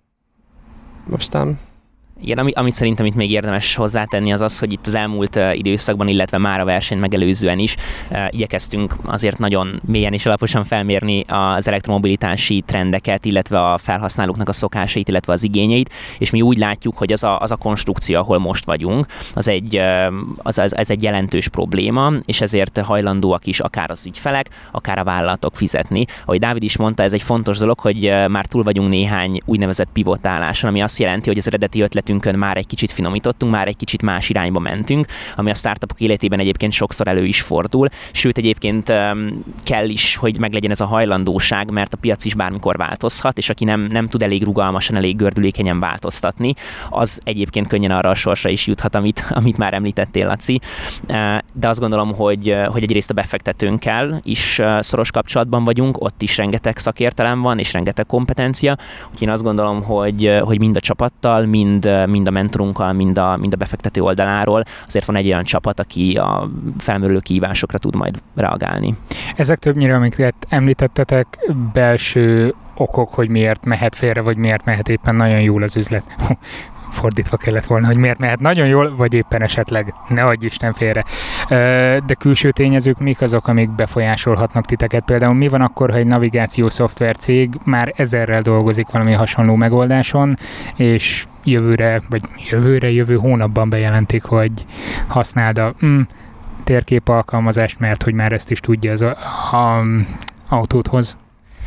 Mostan... Igen, ami, amit szerintem itt még érdemes hozzátenni az az, hogy itt az elmúlt uh, időszakban, illetve már a versenyt megelőzően is uh, igyekeztünk azért nagyon mélyen és alaposan felmérni az elektromobilitási trendeket, illetve a felhasználóknak a szokásait, illetve az igényeit, és mi úgy látjuk, hogy az a, az a konstrukció, ahol most vagyunk, az egy, uh, az, az, ez egy jelentős probléma, és ezért hajlandóak is akár az ügyfelek, akár a vállalatok fizetni. Ahogy Dávid is mondta, ez egy fontos dolog, hogy uh, már túl vagyunk néhány úgynevezett pivotáláson, ami azt jelenti, hogy az eredeti ötletünk már egy kicsit finomítottunk, már egy kicsit más irányba mentünk, ami a startupok életében egyébként sokszor elő is fordul, sőt egyébként kell is, hogy meglegyen ez a hajlandóság, mert a piac is bármikor változhat, és aki nem, nem tud elég rugalmasan, elég gördülékenyen változtatni, az egyébként könnyen arra a sorsra is juthat, amit, amit már említettél, Laci. De azt gondolom, hogy, hogy egyrészt a befektetőnkkel is szoros kapcsolatban vagyunk, ott is rengeteg szakértelem van, és rengeteg kompetencia, úgyhogy én azt gondolom, hogy, hogy mind a csapattal, mind mind a mentorunkkal, mind a, mind a befektető oldaláról azért van egy olyan csapat, aki a felmerülő kihívásokra tud majd reagálni. Ezek többnyire, amiket említettetek, belső okok, hogy miért mehet félre, vagy miért mehet éppen nagyon jól az üzlet. Fordítva kellett volna, hogy miért mehet nagyon jól, vagy éppen esetleg ne adj Isten félre. De külső tényezők mik azok, amik befolyásolhatnak titeket? Például mi van akkor, ha egy navigációs szoftver cég már ezerrel dolgozik valami hasonló megoldáson, és jövőre, vagy jövőre, jövő hónapban bejelentik, hogy használd a mm, térkép alkalmazást, mert hogy már ezt is tudja az a, a, autódhoz.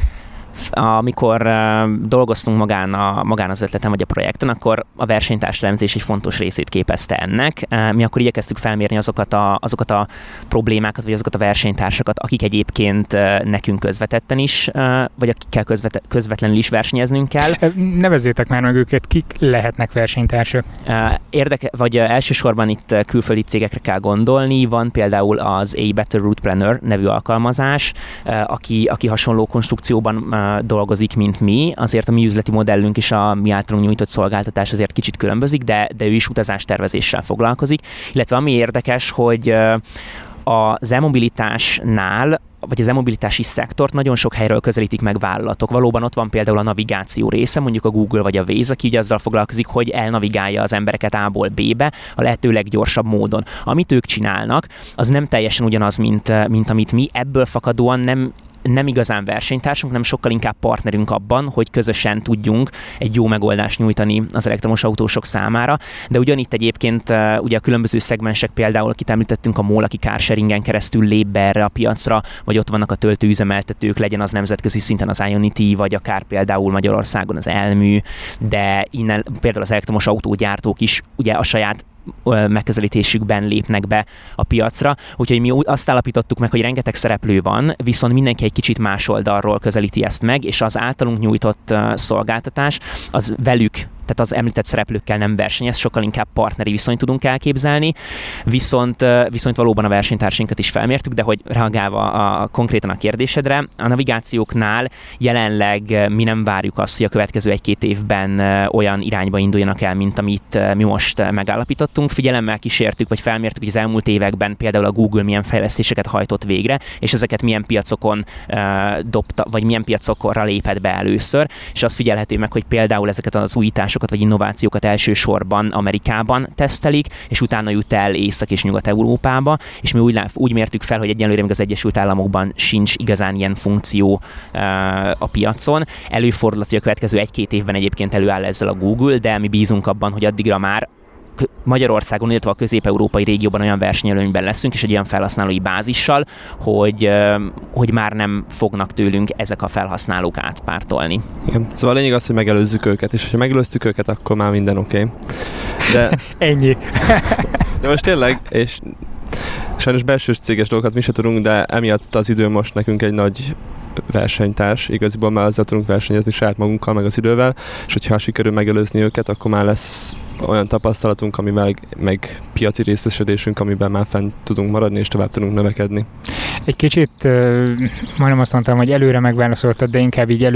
Amikor uh, dolgoztunk magán, a, magán az ötleten vagy a projekten, akkor a versenytárselemzés egy fontos részét képezte ennek. Uh, mi akkor igyekeztük felmérni azokat a, azokat a problémákat, vagy azokat a versenytársakat, akik egyébként uh, nekünk közvetetten is, uh, vagy akikkel közvet, közvetlenül is versenyeznünk kell. Nevezzétek már meg őket, kik lehetnek versenytársak? Uh, érdeke, vagy uh, elsősorban itt uh, külföldi cégekre kell gondolni. Van például az A Better Route Planner nevű alkalmazás, uh, aki, aki hasonló konstrukcióban uh, dolgozik, mint mi. Azért a mi üzleti modellünk és a mi általunk nyújtott szolgáltatás azért kicsit különbözik, de, de ő is utazástervezéssel foglalkozik. Illetve ami érdekes, hogy az e-mobilitásnál vagy az e-mobilitási szektort nagyon sok helyről közelítik meg vállalatok. Valóban ott van például a navigáció része, mondjuk a Google vagy a Waze, aki ugye azzal foglalkozik, hogy elnavigálja az embereket A-ból B-be a lehető leggyorsabb módon. Amit ők csinálnak, az nem teljesen ugyanaz, mint, mint amit mi. Ebből fakadóan nem nem igazán versenytársunk, nem sokkal inkább partnerünk abban, hogy közösen tudjunk egy jó megoldást nyújtani az elektromos autósok számára. De ugyanitt egyébként ugye a különböző szegmensek, például akit említettünk, a MOL, aki carsharingen keresztül lép be erre a piacra, vagy ott vannak a töltőüzemeltetők, legyen az nemzetközi szinten az Ionity, vagy akár például Magyarországon az Elmű, de innen például az elektromos autógyártók is ugye a saját megközelítésükben lépnek be a piacra. Úgyhogy mi azt állapítottuk meg, hogy rengeteg szereplő van, viszont mindenki egy kicsit más oldalról közelíti ezt meg, és az általunk nyújtott szolgáltatás az velük, tehát az említett szereplőkkel nem versenyez, sokkal inkább partneri viszonyt tudunk elképzelni, viszont, viszont valóban a versenytársainkat is felmértük, de hogy reagálva a, konkrétan a kérdésedre, a navigációknál jelenleg mi nem várjuk azt, hogy a következő egy-két évben olyan irányba induljanak el, mint amit mi most megállapítottunk. Figyelemmel kísértük, vagy felmértük, hogy az elmúlt években például a Google milyen fejlesztéseket hajtott végre, és ezeket milyen piacokon uh, dobta, vagy milyen piacokra lépett be először, és azt figyelhető meg, hogy például ezeket az újításokat vagy innovációkat elsősorban Amerikában tesztelik, és utána jut el Észak- és Nyugat-Európába, és mi úgy, úgy mértük fel, hogy egyelőre még az Egyesült Államokban sincs igazán ilyen funkció uh, a piacon. Előfordulhat, hogy a következő egy-két évben egyébként előáll ezzel a Google, de mi bízunk abban, hogy addigra már Magyarországon, illetve a közép-európai régióban olyan versenyelőnyben leszünk, és egy olyan felhasználói bázissal, hogy, hogy már nem fognak tőlünk ezek a felhasználók átpártolni. Igen. Szóval a lényeg az, hogy megelőzzük őket, és ha megelőztük őket, akkor már minden oké. Okay. De... Ennyi. De most tényleg, és sajnos belsős céges dolgokat mi se tudunk, de emiatt az idő most nekünk egy nagy versenytárs, igaziból már azzal tudunk versenyezni saját magunkkal, meg az idővel, és hogyha sikerül megelőzni őket, akkor már lesz olyan tapasztalatunk, amivel meg piaci részesedésünk, amiben már fent tudunk maradni, és tovább tudunk növekedni. Egy kicsit, majdnem azt mondtam, hogy előre megválaszoltad, de inkább így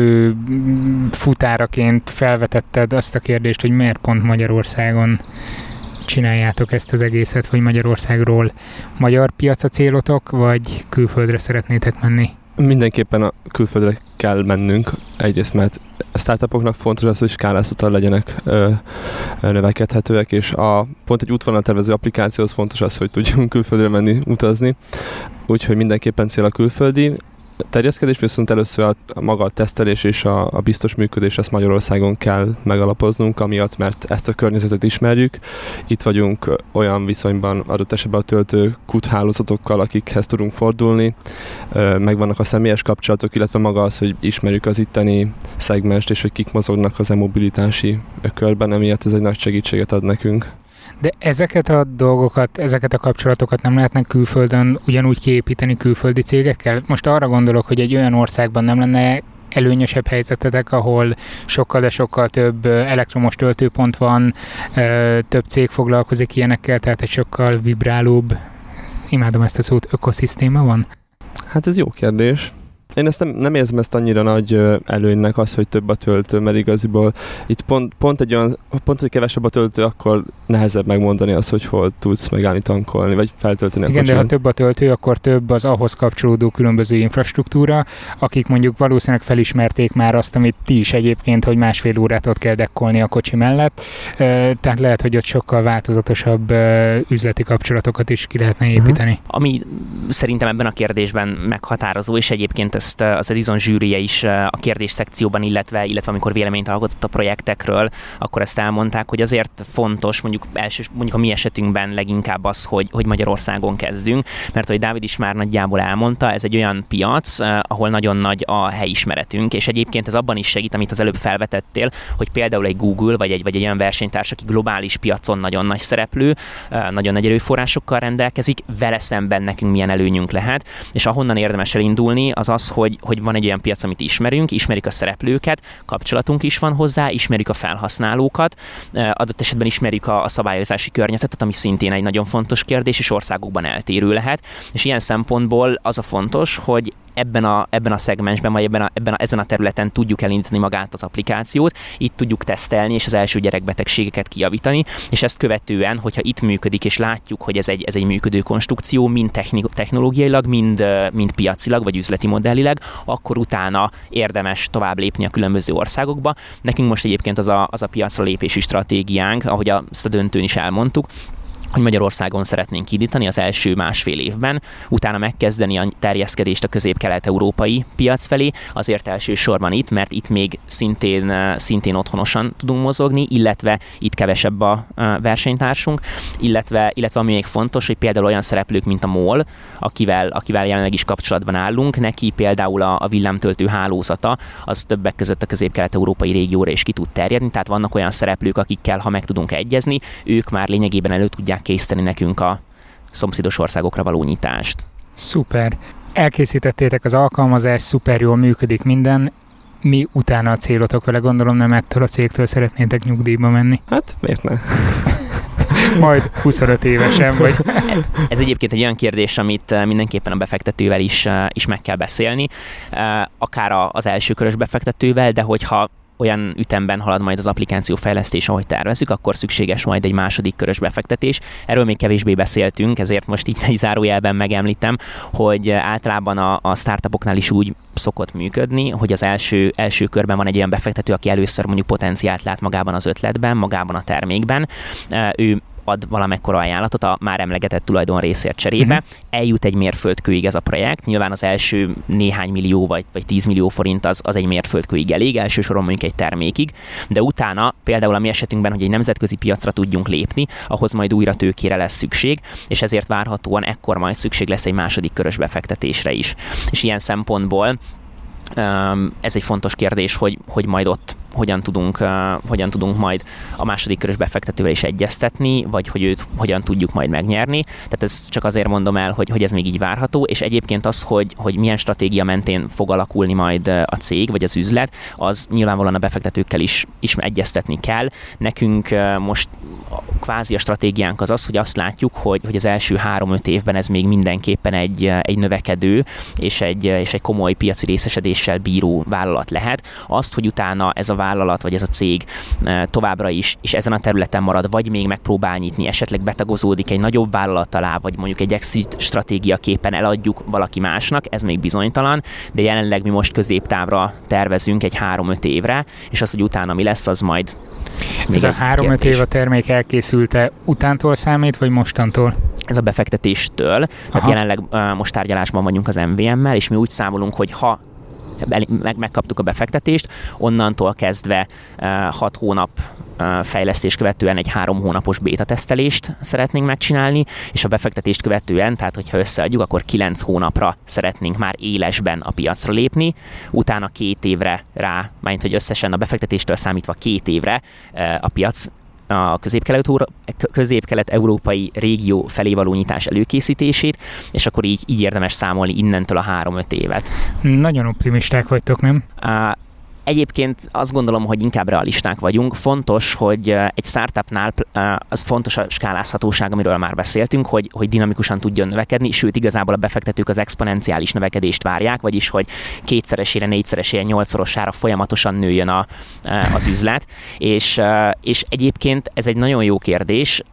előfutáraként felvetetted azt a kérdést, hogy miért pont Magyarországon csináljátok ezt az egészet, vagy Magyarországról. Magyar piac a célotok, vagy külföldre szeretnétek menni? Mindenképpen a külföldre kell mennünk, egyrészt mert a startupoknak fontos az, hogy skáláztatóan legyenek, ö, ö, növekedhetőek, és a, pont egy útvonaltervező applikációhoz fontos az, hogy tudjunk külföldre menni, utazni, úgyhogy mindenképpen cél a külföldi terjeszkedés, viszont először a, a maga a tesztelés és a, a biztos működés, ezt Magyarországon kell megalapoznunk, amiatt, mert ezt a környezetet ismerjük. Itt vagyunk olyan viszonyban adott esetben a töltő kuthálózatokkal, akikhez tudunk fordulni, megvannak a személyes kapcsolatok, illetve maga az, hogy ismerjük az itteni szegmest, és hogy kik mozognak az e-mobilitási körben, emiatt ez egy nagy segítséget ad nekünk. De ezeket a dolgokat, ezeket a kapcsolatokat nem lehetnek külföldön ugyanúgy kiépíteni külföldi cégekkel? Most arra gondolok, hogy egy olyan országban nem lenne előnyösebb helyzetetek, ahol sokkal, de sokkal több elektromos töltőpont van, több cég foglalkozik ilyenekkel, tehát egy sokkal vibrálóbb, imádom ezt a szót, ökoszisztéma van? Hát ez jó kérdés. Én ezt nem, nem érzem ezt annyira nagy előnynek, az, hogy több a töltő, mert igaziból itt pont, pont egy olyan, pont, hogy kevesebb a töltő, akkor nehezebb megmondani azt, hogy hol tudsz megállni tankolni, vagy feltölteni. Igen, de ha több a töltő, akkor több az ahhoz kapcsolódó különböző infrastruktúra, akik mondjuk valószínűleg felismerték már azt, amit ti is egyébként, hogy másfél órát ott kell dekkolni a kocsi mellett, tehát lehet, hogy ott sokkal változatosabb üzleti kapcsolatokat is ki lehetne építeni. Uh-huh. Ami szerintem ebben a kérdésben meghatározó, és egyébként ezt az Edison zsűrije is a kérdés szekcióban, illetve, illetve amikor véleményt alkotott a projektekről, akkor ezt elmondták, hogy azért fontos, mondjuk első, mondjuk a mi esetünkben leginkább az, hogy, hogy Magyarországon kezdünk, mert ahogy Dávid is már nagyjából elmondta, ez egy olyan piac, ahol nagyon nagy a helyismeretünk, és egyébként ez abban is segít, amit az előbb felvetettél, hogy például egy Google, vagy egy, vagy egy olyan versenytárs, aki globális piacon nagyon nagy szereplő, nagyon nagy erőforrásokkal rendelkezik, vele szemben nekünk milyen előnyünk lehet, és ahonnan érdemes elindulni, az az, hogy, hogy van egy olyan piac, amit ismerünk, ismerjük a szereplőket, kapcsolatunk is van hozzá, ismerjük a felhasználókat, adott esetben ismerjük a, a szabályozási környezetet, ami szintén egy nagyon fontos kérdés, és országokban eltérő lehet, és ilyen szempontból az a fontos, hogy ebben a, ebben a szegmensben, vagy ebben a, ebben a, ezen a területen tudjuk elindítani magát az applikációt, itt tudjuk tesztelni, és az első gyerekbetegségeket kijavítani, és ezt követően, hogyha itt működik, és látjuk, hogy ez egy, ez egy működő konstrukció, mind technológiailag, mind, mind piacilag, vagy üzleti modellileg, akkor utána érdemes tovább lépni a különböző országokba. Nekünk most egyébként az a, az a piacra lépési stratégiánk, ahogy a, ezt a döntőn is elmondtuk, hogy Magyarországon szeretnénk indítani az első másfél évben, utána megkezdeni a terjeszkedést a közép-kelet-európai piac felé, azért elsősorban itt, mert itt még szintén, szintén otthonosan tudunk mozogni, illetve itt kevesebb a versenytársunk, illetve, illetve ami még fontos, hogy például olyan szereplők, mint a MOL, akivel, akivel jelenleg is kapcsolatban állunk, neki például a, a villámtöltő hálózata, az többek között a közép-kelet-európai régióra is ki tud terjedni, tehát vannak olyan szereplők, akikkel, ha meg tudunk egyezni, ők már lényegében elő tudják készíteni nekünk a szomszédos országokra való nyitást. Szuper. Elkészítettétek az alkalmazást, szuper jól működik minden. Mi utána a célotok vele? Gondolom nem ettől a cégtől szeretnétek nyugdíjba menni. Hát miért ne? Majd huszonöt évesen vagy. Ez egyébként egy olyan kérdés, amit mindenképpen a befektetővel is, is meg kell beszélni. Akár az elsőkörös befektetővel, de hogyha olyan ütemben halad majd az applikáció fejlesztés, ahogy tervezzük, akkor szükséges majd egy második körös befektetés. Erről még kevésbé beszéltünk, ezért most így egy zárójelben megemlítem, hogy általában a, a startupoknál is úgy szokott működni, hogy az első, első körben van egy olyan befektető, aki először mondjuk potenciált lát magában az ötletben, magában a termékben. Ő ad valamekkora ajánlatot a már emlegetett tulajdonrészért cserébe, uh-huh. eljut egy mérföldkőig ez a projekt. Nyilván az első néhány millió vagy, vagy tíz millió forint az, az egy mérföldkőig elég, elsősorban mondjuk egy termékig, de utána például a mi esetünkben, hogy egy nemzetközi piacra tudjunk lépni, ahhoz majd újra tőkére lesz szükség, és ezért várhatóan ekkor majd szükség lesz egy második körös befektetésre is. És ilyen szempontból ez egy fontos kérdés, hogy, hogy majd ott hogyan tudunk, uh, hogyan tudunk majd a második körös befektetővel is egyeztetni, vagy hogy őt hogyan tudjuk majd megnyerni. Tehát ez csak azért mondom el, hogy, hogy ez még így várható, és egyébként az, hogy, hogy milyen stratégia mentén fog alakulni majd a cég, vagy az üzlet, az nyilvánvalóan a befektetőkkel is, is egyeztetni kell. Nekünk uh, most kvázi a stratégiánk az az, hogy azt látjuk, hogy, hogy az első három-öt évben ez még mindenképpen egy, egy növekedő és egy, és egy komoly piaci részesedéssel bíró vállalat lehet. Azt, hogy utána ez a vállalat, vagy ez a cég továbbra is, és ezen a területen marad, vagy még megpróbál nyitni, esetleg betagozódik egy nagyobb vállalat alá, vagy mondjuk egy exit stratégiaképpen eladjuk valaki másnak, ez még bizonytalan, de jelenleg mi most középtávra tervezünk egy három-öt évre, és az, hogy utána mi lesz, az majd ez a három-öt év a termék elkészülte utántól számít, vagy mostantól? Ez a befektetéstől, Aha. tehát jelenleg uh, most tárgyalásban vagyunk az em vé em-mel, és mi úgy számolunk, hogy ha meg, megkaptuk a befektetést, onnantól kezdve uh, hat hónap uh, fejlesztés követően egy három hónapos béta tesztelést szeretnénk megcsinálni, és a befektetést követően, tehát hogyha összeadjuk, akkor kilenc hónapra szeretnénk már élesben a piacra lépni, utána két évre rá, mint hogy összesen a befektetéstől számítva két évre uh, a piac a közép-kelet-európai régió felé való nyitás előkészítését, és akkor így, így érdemes számolni innentől a három-öt évet. Nagyon optimisták vagytok, nem? Uh, Egyébként azt gondolom, hogy inkább realisták vagyunk. Fontos, hogy egy startupnál az fontos a skálázhatóság, amiről már beszéltünk, hogy, hogy dinamikusan tudjon növekedni, sőt igazából a befektetők az exponenciális növekedést várják, vagyis hogy kétszeresére, négyszeresére, nyolcszorosára folyamatosan nőjön a, az üzlet. És, és egyébként ez egy nagyon jó kérdés.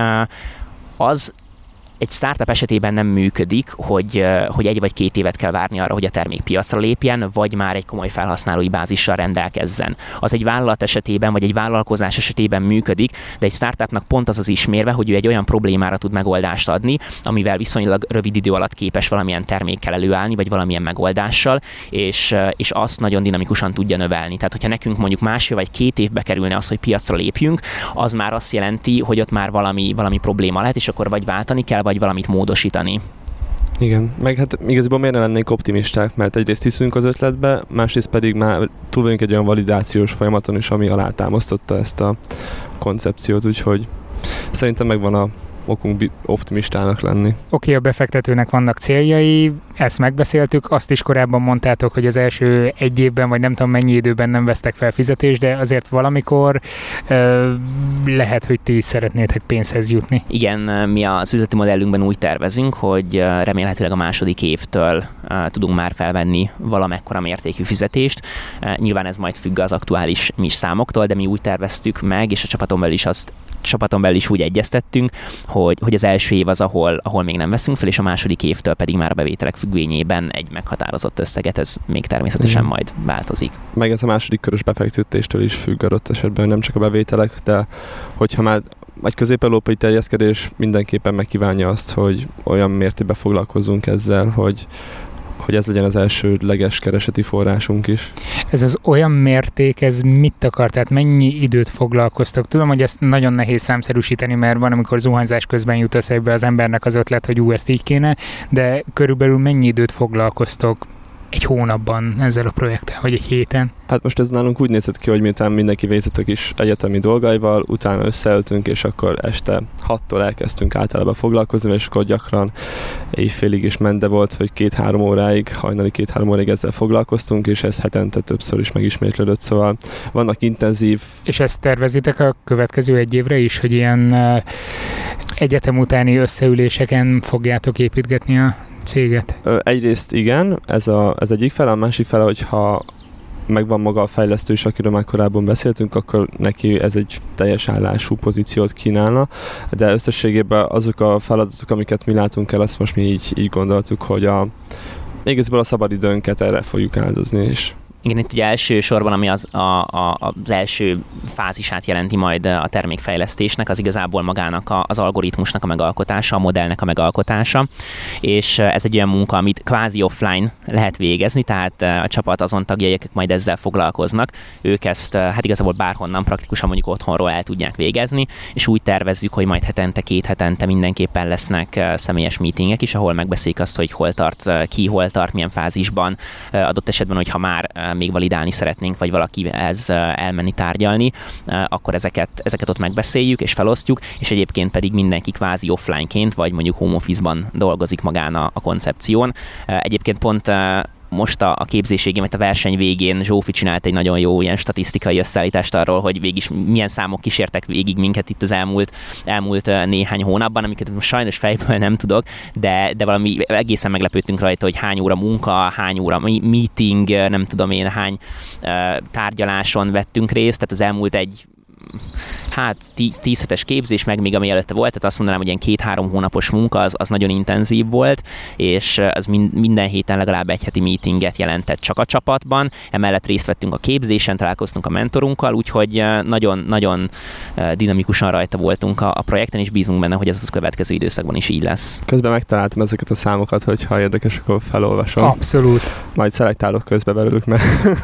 Az egy startup esetében nem működik, hogy, hogy egy vagy két évet kell várni arra, hogy a termék piacra lépjen, vagy már egy komoly felhasználói bázissal rendelkezzen. Az egy vállalat esetében, vagy egy vállalkozás esetében működik, de egy startupnak pont az az ismérve, hogy ő egy olyan problémára tud megoldást adni, amivel viszonylag rövid idő alatt képes valamilyen termékkel előállni, vagy valamilyen megoldással, és, és azt nagyon dinamikusan tudja növelni. Tehát, hogyha nekünk mondjuk másfél vagy két évbe kerülne az, hogy piacra lépjünk, az már azt jelenti, hogy ott már valami, valami probléma lehet, és akkor vagy váltani kell, vagy valamit módosítani. Igen, meg hát igazából miért ne lennénk optimisták, mert egyrészt hiszünk az ötletbe, másrészt pedig már túl vagyunk egy olyan validációs folyamaton is, ami alátámasztotta ezt a koncepciót, úgyhogy szerintem megvan a okunk optimistának lenni. Oké, okay, a befektetőnek vannak céljai, ezt megbeszéltük, azt is korábban mondtátok, hogy az első egy évben, vagy nem tudom mennyi időben nem vesztek fel fizetést, de azért valamikor ö, lehet, hogy ti is szeretnétek pénzhez jutni. Igen, mi az üzleti modellünkben úgy tervezünk, hogy remélhetőleg a második évtől tudunk már felvenni valamekkora mértékű fizetést. Nyilván ez majd függ az aktuális mi számoktól, de mi úgy terveztük meg, és a csapaton belül is azt csapaton belül is úgy egyeztettünk, hogy, hogy az első év az, ahol, ahol még nem veszünk fel, és a második évtől pedig már a bevételek függvényében egy meghatározott összeget, ez még természetesen mm. majd változik. Meg ez a második körös befektetéstől is függ adott esetben, nem csak a bevételek, de hogyha már egy közép-európai terjeszkedés mindenképpen megkívánja azt, hogy olyan mértékben foglalkozzunk ezzel, hogy hogy ez legyen az elsődleges kereseti forrásunk is. Ez az olyan mérték, ez mit akar? Tehát mennyi időt foglalkoztok? Tudom, hogy ezt nagyon nehéz számszerűsíteni, mert van, amikor zuhanyzás közben jut eszébe az embernek az ötlet, hogy ú, ezt így kéne, de körülbelül mennyi időt foglalkoztok egy hónapban ezzel a projekttel, vagy egy héten? Hát most ez nálunk úgy nézett ki, hogy miután mindenki végzett a kis egyetemi dolgaival, utána összeültünk, és akkor este hattól elkezdtünk általában foglalkozni, és akkor gyakran éjfélig is ment, de volt, hogy két-három óráig, hajnali két-három óráig ezzel foglalkoztunk, és ez hetente többször is megismétlődött, szóval vannak intenzív... És ezt tervezitek a következő egy évre is, hogy ilyen uh, egyetem utáni összeüléseken fogjátok építgetni a céget? Egyrészt igen, ez, a, ez egyik fele, a másik fele, hogyha megvan maga a fejlesztő is, akiről már korábban beszéltünk, akkor neki ez egy teljes állású pozíciót kínálna, de összességében azok a feladatok, amiket mi látunk el, azt most mi így, így gondoltuk, hogy a, igazából a szabadidőnket erre fogjuk áldozni, és Igen, itt ugye elsősorban, ami az, a, a, az első fázisát jelenti majd a termékfejlesztésnek, az igazából magának a, az algoritmusnak a megalkotása, a modellnek a megalkotása, és ez egy olyan munka, amit kvázi offline lehet végezni, tehát a csapat azon tagjai, akik majd ezzel foglalkoznak, ők ezt hát igazából bárhonnan praktikusan mondjuk otthonról el tudják végezni, és úgy tervezzük, hogy majd hetente, két hetente mindenképpen lesznek személyes meetingek is, ahol megbeszéljük azt, hogy hol tart, ki hol tart, milyen fázisban, adott esetben, hogyha már még validálni szeretnénk, vagy valakihez elmenni tárgyalni, akkor ezeket, ezeket ott megbeszéljük és felosztjuk, és egyébként pedig mindenki kvázi offline-ként, vagy mondjuk home office-ban dolgozik magán a, a koncepción. Egyébként pont most a, a képzésvégén, a verseny végén Zsófi csinált egy nagyon jó ilyen statisztikai összeállítást arról, hogy végig milyen számok kísértek végig minket itt az elmúlt, elmúlt néhány hónapban, amiket most sajnos fejből nem tudok, de, de valami egészen meglepődtünk rajta, hogy hány óra munka, hány óra meeting, nem tudom én, hány tárgyaláson vettünk részt, tehát az elmúlt egy hát tíz hetes képzés, meg még ami előtte volt, tehát azt mondanám, hogy ilyen két-három hónapos munka, az, az nagyon intenzív volt, és az mind, minden héten legalább egy heti meetinget jelentett csak a csapatban, emellett részt vettünk a képzésen, találkoztunk a mentorunkkal, úgyhogy nagyon-nagyon dinamikusan rajta voltunk a, a projekten, és bízunk benne, hogy ez a következő időszakban is így lesz. Közben megtaláltam ezeket a számokat, hogy ha érdekes, akkor felolvasom. Abszolút. Majd szelektálok közbe belőlük, mert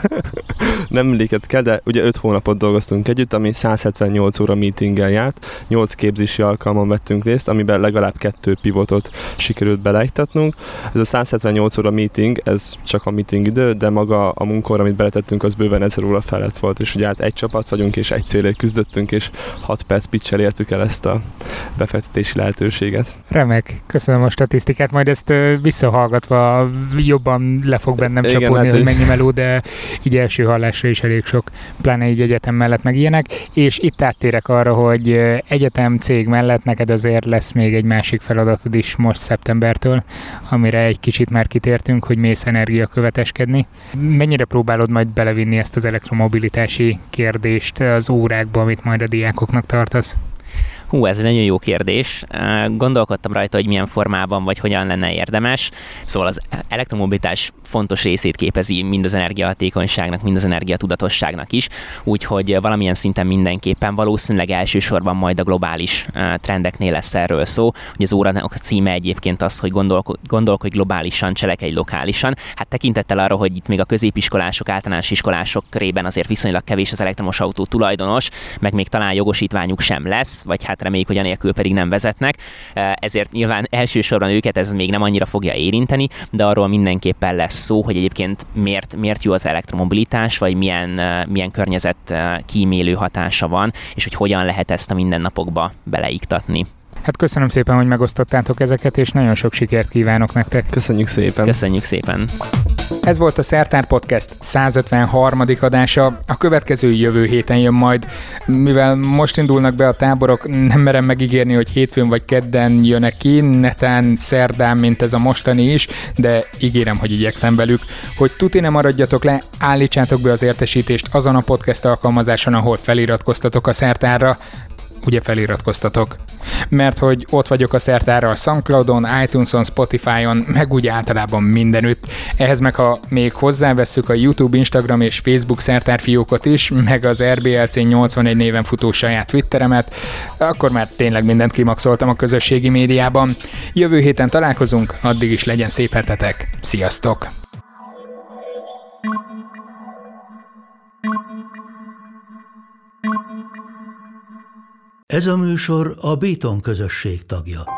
nem emléket kell, de ugye öt hónapot dolgoztunk együtt, ami száz hetvennyolc óra meetinggel járt, nyolc képzési alkalmon vettünk részt, amiben legalább kettő pivotot sikerült beleiktatnunk. Ez a száz hetvennyolc óra meeting, ez csak a meeting idő, de maga a munkóra, amit beletettünk, az bőven ezer óra felett volt, és ugye hát egy csapat vagyunk, és egy célért küzdöttünk, és hat perc pitch-el értük el ezt a befektetési lehetőséget. Remek, köszönöm a statisztikát, majd ezt visszahallgatva jobban le fog bennem igen, csapódni, hát, hogy mennyi meló, de így első hallásra is elég sok, pláne így egyetem mellett meg ilyenek, és itt áttérek arra, hogy egyetem cég mellett neked azért lesz még egy másik feladatod is most szeptembertől, amire egy kicsit már kitértünk, hogy mész energiaköveteskedni. Mennyire próbálod majd belevinni ezt az elektromobilitási kérdést az órákba, amit majd a diákoknak tartasz? Hú, ez egy nagyon jó kérdés. Gondolkodtam rajta, hogy milyen formában vagy hogyan lenne érdemes. Szóval az elektromobilitás fontos részét képezi mind az energiahatékonyságnak, mind az energiatudatosságnak is, úgyhogy valamilyen szinten mindenképpen valószínűleg elsősorban majd a globális trendeknél lesz erről szó. Ugye az órának a címe egyébként az, hogy gondolkodj, gondolkodj globálisan, cselekedj lokálisan. Hát tekintettel arra, hogy itt még a középiskolások, általános iskolások körében azért viszonylag kevés az elektromos autó tulajdonos, meg még talán jogosítványuk sem lesz, vagy hát reméljük, hogy anélkül pedig nem vezetnek. Ezért nyilván elsősorban őket ez még nem annyira fogja érinteni, de arról mindenképpen lesz szó, hogy egyébként miért, miért jó az elektromobilitás, vagy milyen, milyen környezet kímélő hatása van, és hogy hogyan lehet ezt a mindennapokba beleiktatni. Hát köszönöm szépen, hogy megosztottátok ezeket, és nagyon sok sikert kívánok nektek. Köszönjük szépen. Köszönjük szépen. Ez volt a Szertár Podcast száz ötvenharmadik adása, a következő jövő héten jön majd. Mivel most indulnak be a táborok, nem merem megígérni, hogy hétfőn vagy kedden jönnek ki, netán szerdán, mint ez a mostani is, de ígérem, hogy igyekszem velük. Hogy tuti ne maradjatok le, állítsátok be az értesítést azon a podcast alkalmazáson, ahol feliratkoztatok a Szertárra. Ugye feliratkoztatok. Mert hogy ott vagyok a Szertárral SoundCloudon, iTunes-on, Spotify-on, meg úgy általában mindenütt. Ehhez meg ha még hozzávesszük a YouTube, Instagram és Facebook Szertár fiókot is, meg az er bé el cé nyolcvanegy néven futó saját Twitteremet, akkor már tényleg mindent kimaxoltam a közösségi médiában. Jövő héten találkozunk, addig is legyen szép hetetek. Sziasztok! Ez a műsor a Béton közösség tagja.